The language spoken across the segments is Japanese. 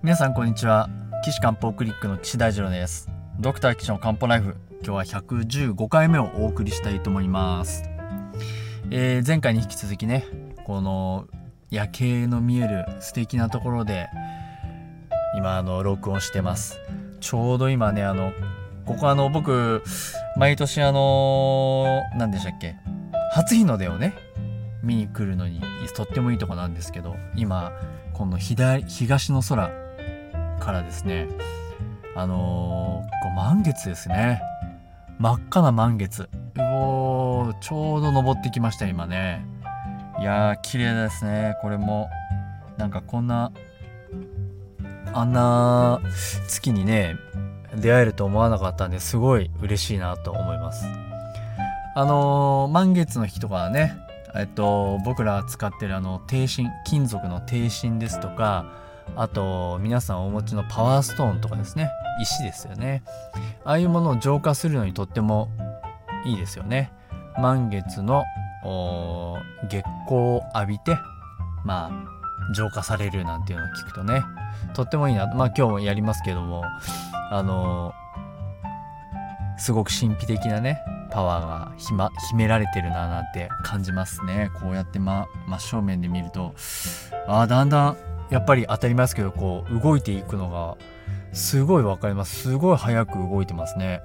皆さんこんにちは。岸漢方クリックの岸大二郎です。ドクター岸の漢方ライフ、今日は115回目をお送りしたいと思います。前回に引き続きね、この夜景の見える素敵なところで今録音してます。ちょうど今ね、ここ僕毎年何でしたっけ、初日の出をね見に来るのにとってもいいとこなんですけど、今この東の空からですね、満月ですね。真っ赤な満月、ちょうど昇ってきました今ね。いやー綺麗ですね。これもなんかあんな月にね出会えると思わなかったんで、すごい嬉しいなと思います。満月の日とかはね、僕ら使ってる鋅芯、金属の鋅芯ですとか、あと皆さんお持ちのパワーストーンとかですね、石ですよね。ああいうものを浄化するのにとってもいいですよね。満月の月光を浴びて浄化されるなんていうのを聞くとね、とってもいいな。今日もやりますけども、すごく神秘的なねパワーが秘められてるななんて感じますね。こうやって真正面で見ると、だんだんやっぱり当たり前ですけど、こう動いていくのがすごいわかります。すごい早く動いてますね。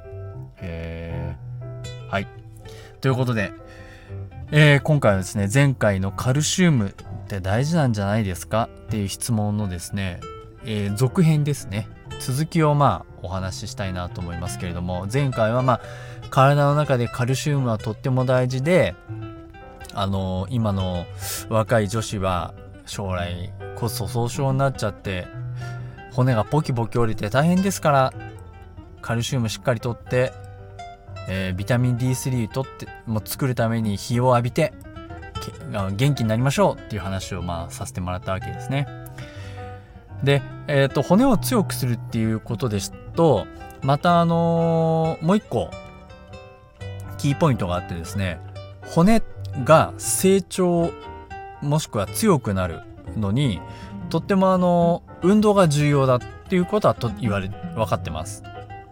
はい、ということで、今回はですね、前回のカルシウムって大事なんじゃないですかっていう質問のですね、続編ですね。続きをお話ししたいなと思いますけれども、前回は体の中でカルシウムはとっても大事で、今の若い女子は将来骨粗鬆症になっちゃって骨がポキポキ折れて大変ですから、カルシウムしっかりとって、ビタミン D3 取って作るために日を浴びて元気になりましょうっていう話をさせてもらったわけですね。で、骨を強くするっていうことですと、またもう一個キーポイントがあってですね、骨が成長もしくは強くなるのにとっても運動が重要だっていうことは分かってます。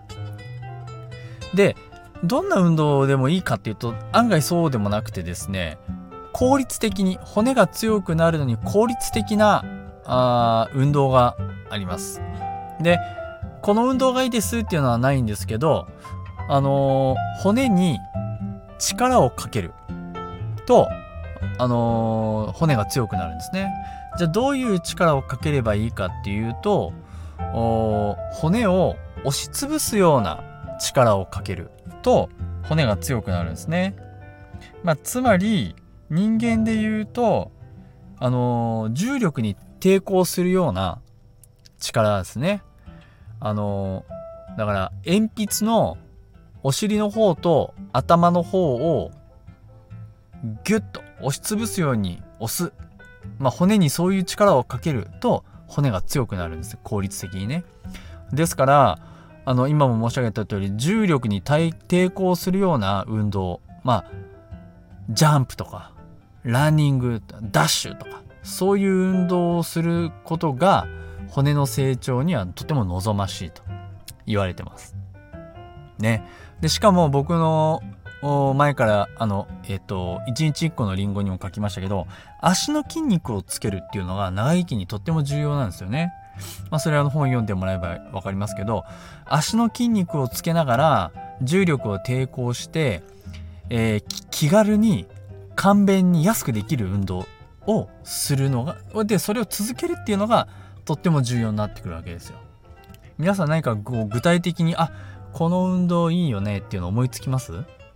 で、どんな運動でもいいかっていうと案外そうでもなくてですね、効率的に骨が強くなるのに効率的な運動があります。で、この運動がいいですっていうのはないんですけど、骨に力をかけると骨が強くなるんですね。じゃあどういう力をかければいいかっていうと、骨を押しつぶすような力をかけると骨が強くなるんですね。つまり人間で言うと重力に抵抗するような力ですね。だから鉛筆のお尻の方と頭の方をギュッと押しつぶすように押す、骨にそういう力をかけると骨が強くなるんです、効率的にね。ですから今も申し上げた通り、重力に抵抗するような運動、ジャンプとかランニング、ダッシュとか、そういう運動をすることが骨の成長にはとても望ましいと言われてますね。で、しかも僕の前から1日1個のリンゴにも書きましたけど、足の筋肉をつけるっていうのが長生きにとっても重要なんですよね。それは本読んでもらえば分かりますけど、足の筋肉をつけながら重力を抵抗して、気軽に簡便に安くできる運動をするのがで、それを続けるっていうのがとっても重要になってくるわけですよ。皆さん何か具体的にこの運動いいよねっていうの思いつきます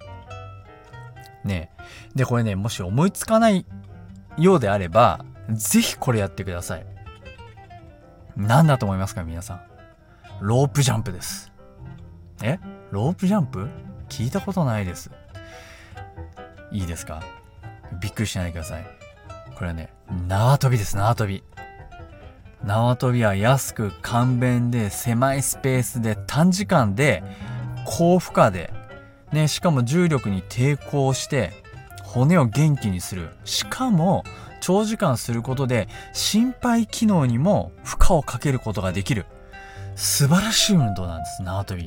ね。で、これね、もし思いつかないようであればぜひこれやってください。何だと思いますか皆さん？ロープジャンプです。ロープジャンプ？聞いたことないです。いいですか？びっくりしないでください。これはね、縄跳びです。縄跳びは安く簡便で狭いスペースで短時間で高負荷でしかも重力に抵抗して骨を元気にする。しかも長時間することで心肺機能にも負荷をかけることができる素晴らしい運動なんです、縄跳び。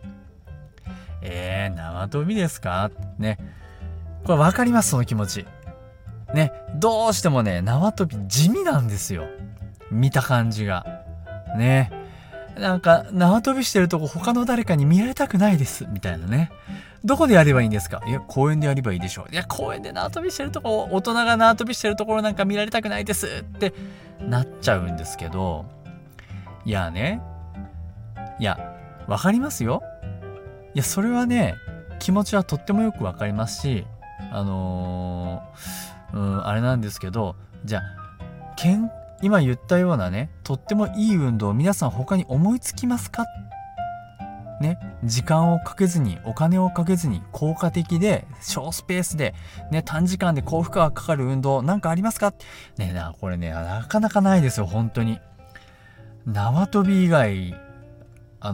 縄跳びですかね。これ分かります、その気持ち。ね、どうしてもね、縄跳び地味なんですよ。見た感じが。ね。なんか、縄跳びしてるとこ他の誰かに見られたくないです。みたいなね。どこでやればいいんですか？いや、公園でやればいいでしょう。いや、公園で縄跳びしてるとこ、大人が縄跳びしてるところなんか見られたくないですってなっちゃうんですけど、いやね。いや、わかりますよ。いや、それはね、気持ちはとってもよくわかりますし、あれなんですけど、じゃあ、今言ったようなね、とってもいい運動を皆さん他に思いつきますか？ね、時間をかけずに、お金をかけずに、効果的で、小スペースで、ね、短時間で高負荷がかかる運動なんかありますか？ね、これね、なかなかないですよ、本当に。縄跳び以外、あ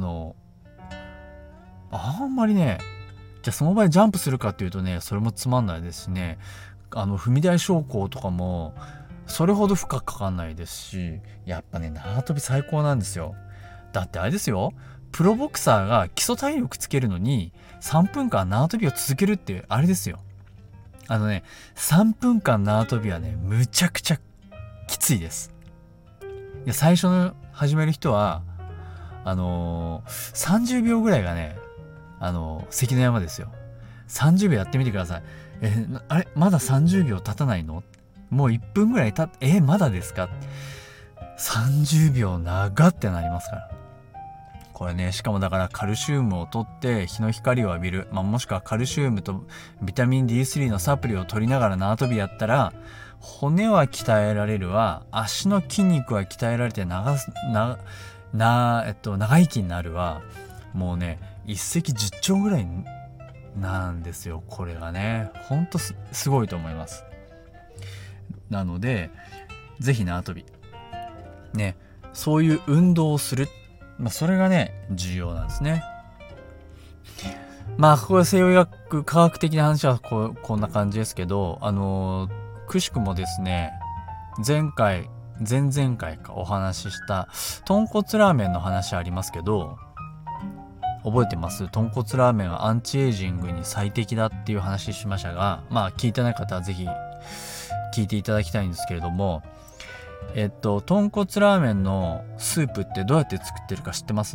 んまりね、じゃあその場合ジャンプするかっていうとね、それもつまんないですしね、踏み台昇降とかも、それほど負荷かかんないですし、やっぱね、縄跳び最高なんですよ。だってあれですよ、プロボクサーが基礎体力つけるのに、3分間縄跳びを続けるって、あれですよ。3分間縄跳びはね、むちゃくちゃきついです。いや、最初の始める人は、30秒ぐらいがね、関の山ですよ。30秒やってみてください。あれまだ30秒経たないの？もう1分ぐらいまだですか？ 30 秒長ってなりますから。これね、しかもだからカルシウムを取って日の光を浴びる。もしくはカルシウムとビタミン D3 のサプリを取りながら縄跳びやったら、骨は鍛えられるわ、足の筋肉は鍛えられて長生きになるわ。もうね、一石10鳥ぐらいなんですよ、これがね。ほんと すごいと思います。なので、ぜひ縄跳び。ね、そういう運動をする。それがね、重要なんですね。ここで西洋医学、科学的な話はこんな感じですけど、くしくもですね、前々回かお話しした豚骨ラーメンの話ありますけど、覚えてます？豚骨ラーメンはアンチエイジングに最適だっていう話しましたが、聞いてない方はぜひ聞いていただきたいんですけれども、豚骨ラーメンのスープってどうやって作ってるか知ってます？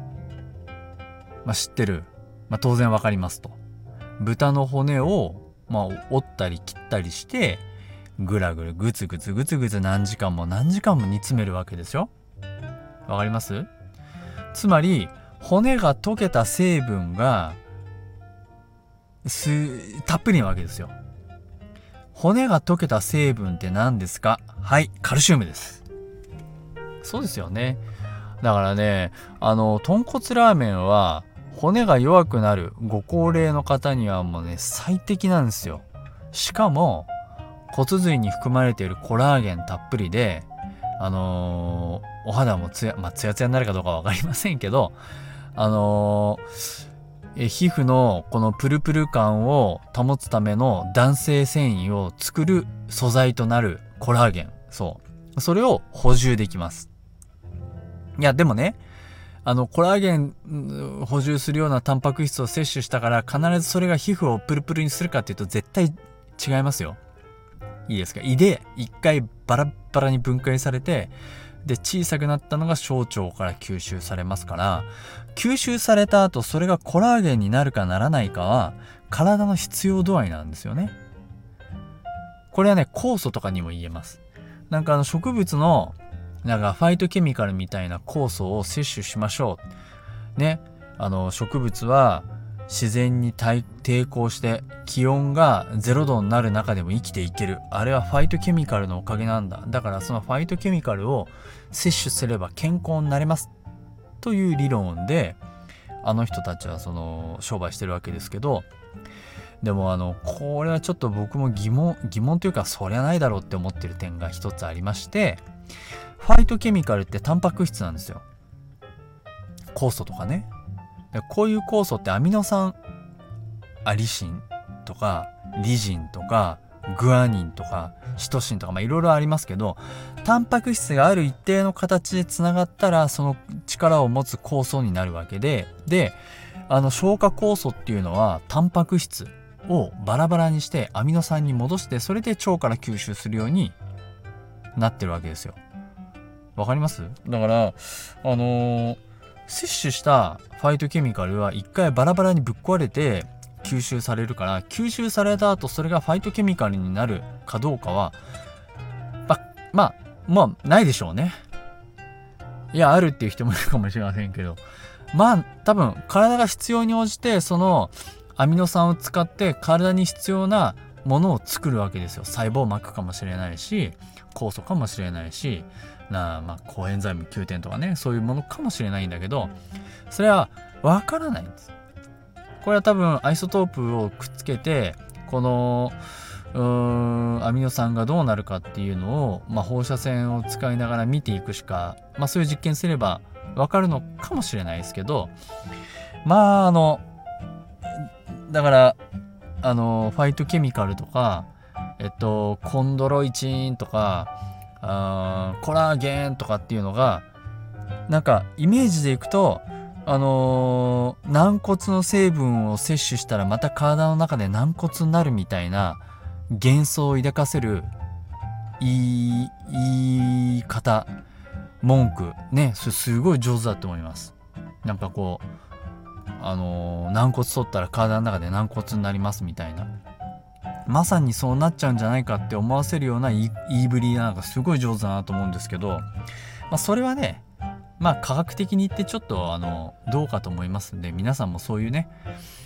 知ってる。当然わかりますと。豚の骨を、折ったり切ったりして、ぐらぐらぐつぐつ何時間も煮詰めるわけですよ。わかります？つまり、骨が溶けた成分がたっぷりなわけですよ。骨が溶けた成分って何ですか？はい、カルシウムです。そうですよね。だからね、豚骨ラーメンは骨が弱くなるご高齢の方にはもうね、最適なんですよ。しかも骨髄に含まれているコラーゲンたっぷりで、お肌もツヤツヤになるかどうかは分かりませんけど、皮膚のこのプルプル感を保つための弾性繊維を作る素材となるコラーゲン。それを補充できます。いや、でもね、コラーゲン補充するようなタンパク質を摂取したから必ずそれが皮膚をプルプルにするかっていうと絶対違いますよ。いいですか？胃で一回バラッバラに分解されて、で小さくなったのが小腸から吸収されますから、吸収された後それがコラーゲンになるかならないかは体の必要度合いなんですよね。これはね、酵素とかにも言えます。植物のファイトケミカルみたいな酵素を摂取しましょうね。植物は自然に抵抗して気温が0度になる中でも生きていける。あれはファイトケミカルのおかげなんだ。だからそのファイトケミカルを摂取すれば健康になれますという理論で人たちは商売してるわけですけど、でもこれはちょっと僕も疑問というか、そりゃないだろうって思ってる点が一つありまして、ファイトケミカルってタンパク質なんですよ。酵素とかね。こういう酵素ってアミノ酸アリシンとかリジンとかグアニンとかシトシンとかいろいろありますけど、タンパク質がある一定の形でつながったらその力を持つ酵素になるわけで、消化酵素っていうのはタンパク質をバラバラにしてアミノ酸に戻して、それで腸から吸収するようになってるわけですよ。わかります？だから摂取したファイトケミカルは一回バラバラにぶっ壊れて吸収されるから、吸収された後それがファイトケミカルになるかどうかはまあないでしょうね。いや、あるっていう人もいるかもしれませんけど、多分体が必要に応じてそのアミノ酸を使って体に必要なものを作るわけですよ。細胞膜かもしれないし、酵素かもしれないし、コエンザイム9点とかね、そういうものかもしれないんだけど、それは分からないんです。これは多分アイソトープをくっつけてこのアミノ酸がどうなるかっていうのを、放射線を使いながら見ていくしか、そういう実験すれば分かるのかもしれないですけど、だからファイトケミカルとかコンドロイチンとかコラーゲンとかっていうのがなんかイメージでいくと軟骨の成分を摂取したらまた体の中で軟骨になるみたいな幻想を抱かせる言い方、文句ね、それすごい上手だと思います。なんかこう軟骨取ったら体の中で軟骨になりますみたいな、まさにそうなっちゃうんじゃないかって思わせるような言いぶりなんかすごい上手だなと思うんですけど、それはね科学的に言ってちょっとどうかと思いますんで、皆さんもそういうね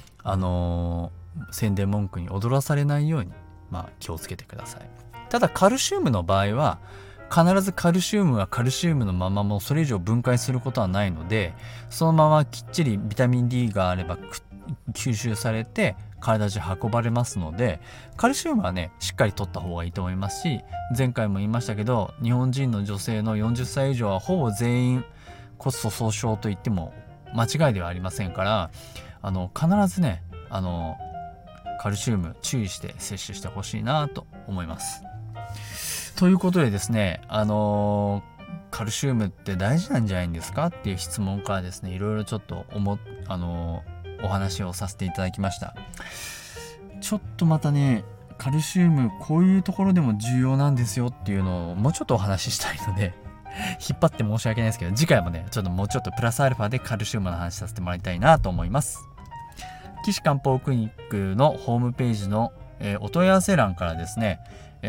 宣伝文句に踊らされないように気をつけてください。ただカルシウムの場合は必ずカルシウムはカルシウムのままもうそれ以上分解することはないので、そのままきっちりビタミン D があれば吸収されて体中運ばれますので、カルシウムはねしっかり取った方がいいと思いますし、前回も言いましたけど日本人の女性の40歳以上はほぼ全員骨粗鬆症と言っても間違いではありませんから、必ずねカルシウム注意して摂取してほしいなと思います。ということでですね、カルシウムって大事なんじゃないんですかっていう質問からですね、いろいろちょっとお話をさせていただきました。ちょっとまたねカルシウムこういうところでも重要なんですよっていうのをもうちょっとお話ししたいので引っ張って申し訳ないですけど、次回もねもうちょっとプラスアルファでカルシウムの話させてもらいたいなと思います。岸漢方クリニックのホームページの、お問い合わせ欄からですね、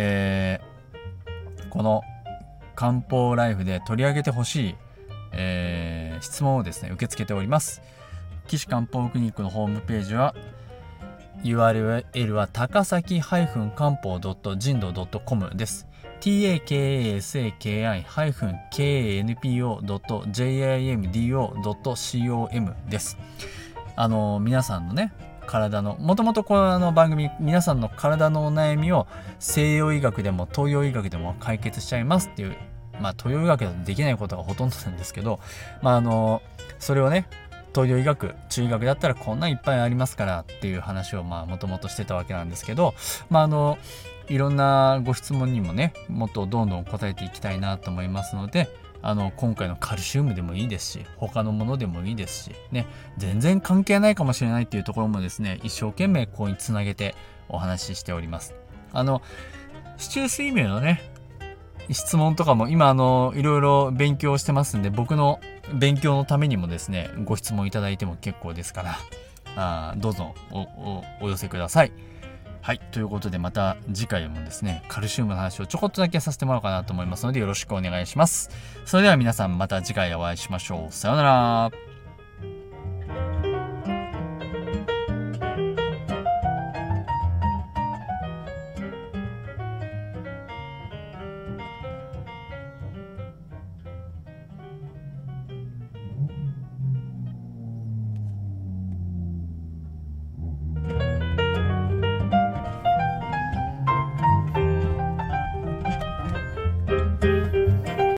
この漢方ライフで取り上げてほしい、質問をですね受け付けております。岸漢方クリニックのホームページは URL は高崎漢方.jindo.com です。takasaki-kanpo.jimdo.com です。皆さんのね体のもともとこの番組皆さんの体のお悩みを西洋医学でも東洋医学でも解決しちゃいますっていう、東洋医学だとできないことがほとんどなんですけど、それをね東洋医学中医学だったらこんないっぱいありますからっていう話をもともとしてたわけなんですけど、いろんなご質問にもねもっとどんどん答えていきたいなと思いますので、今回のカルシウムでもいいですし他のものでもいいですしね、全然関係ないかもしれないっていうところもですね一生懸命ここにつなげてお話ししております。市中水明のね質問とかも今いろいろ勉強してますんで、僕の勉強のためにもですねご質問いただいても結構ですからどうぞ お寄せください。はい、ということでまた次回もですねカルシウムの話をちょこっとだけさせてもらおうかなと思いますのでよろしくお願いします。それでは皆さんまた次回お会いしましょう。さようなら。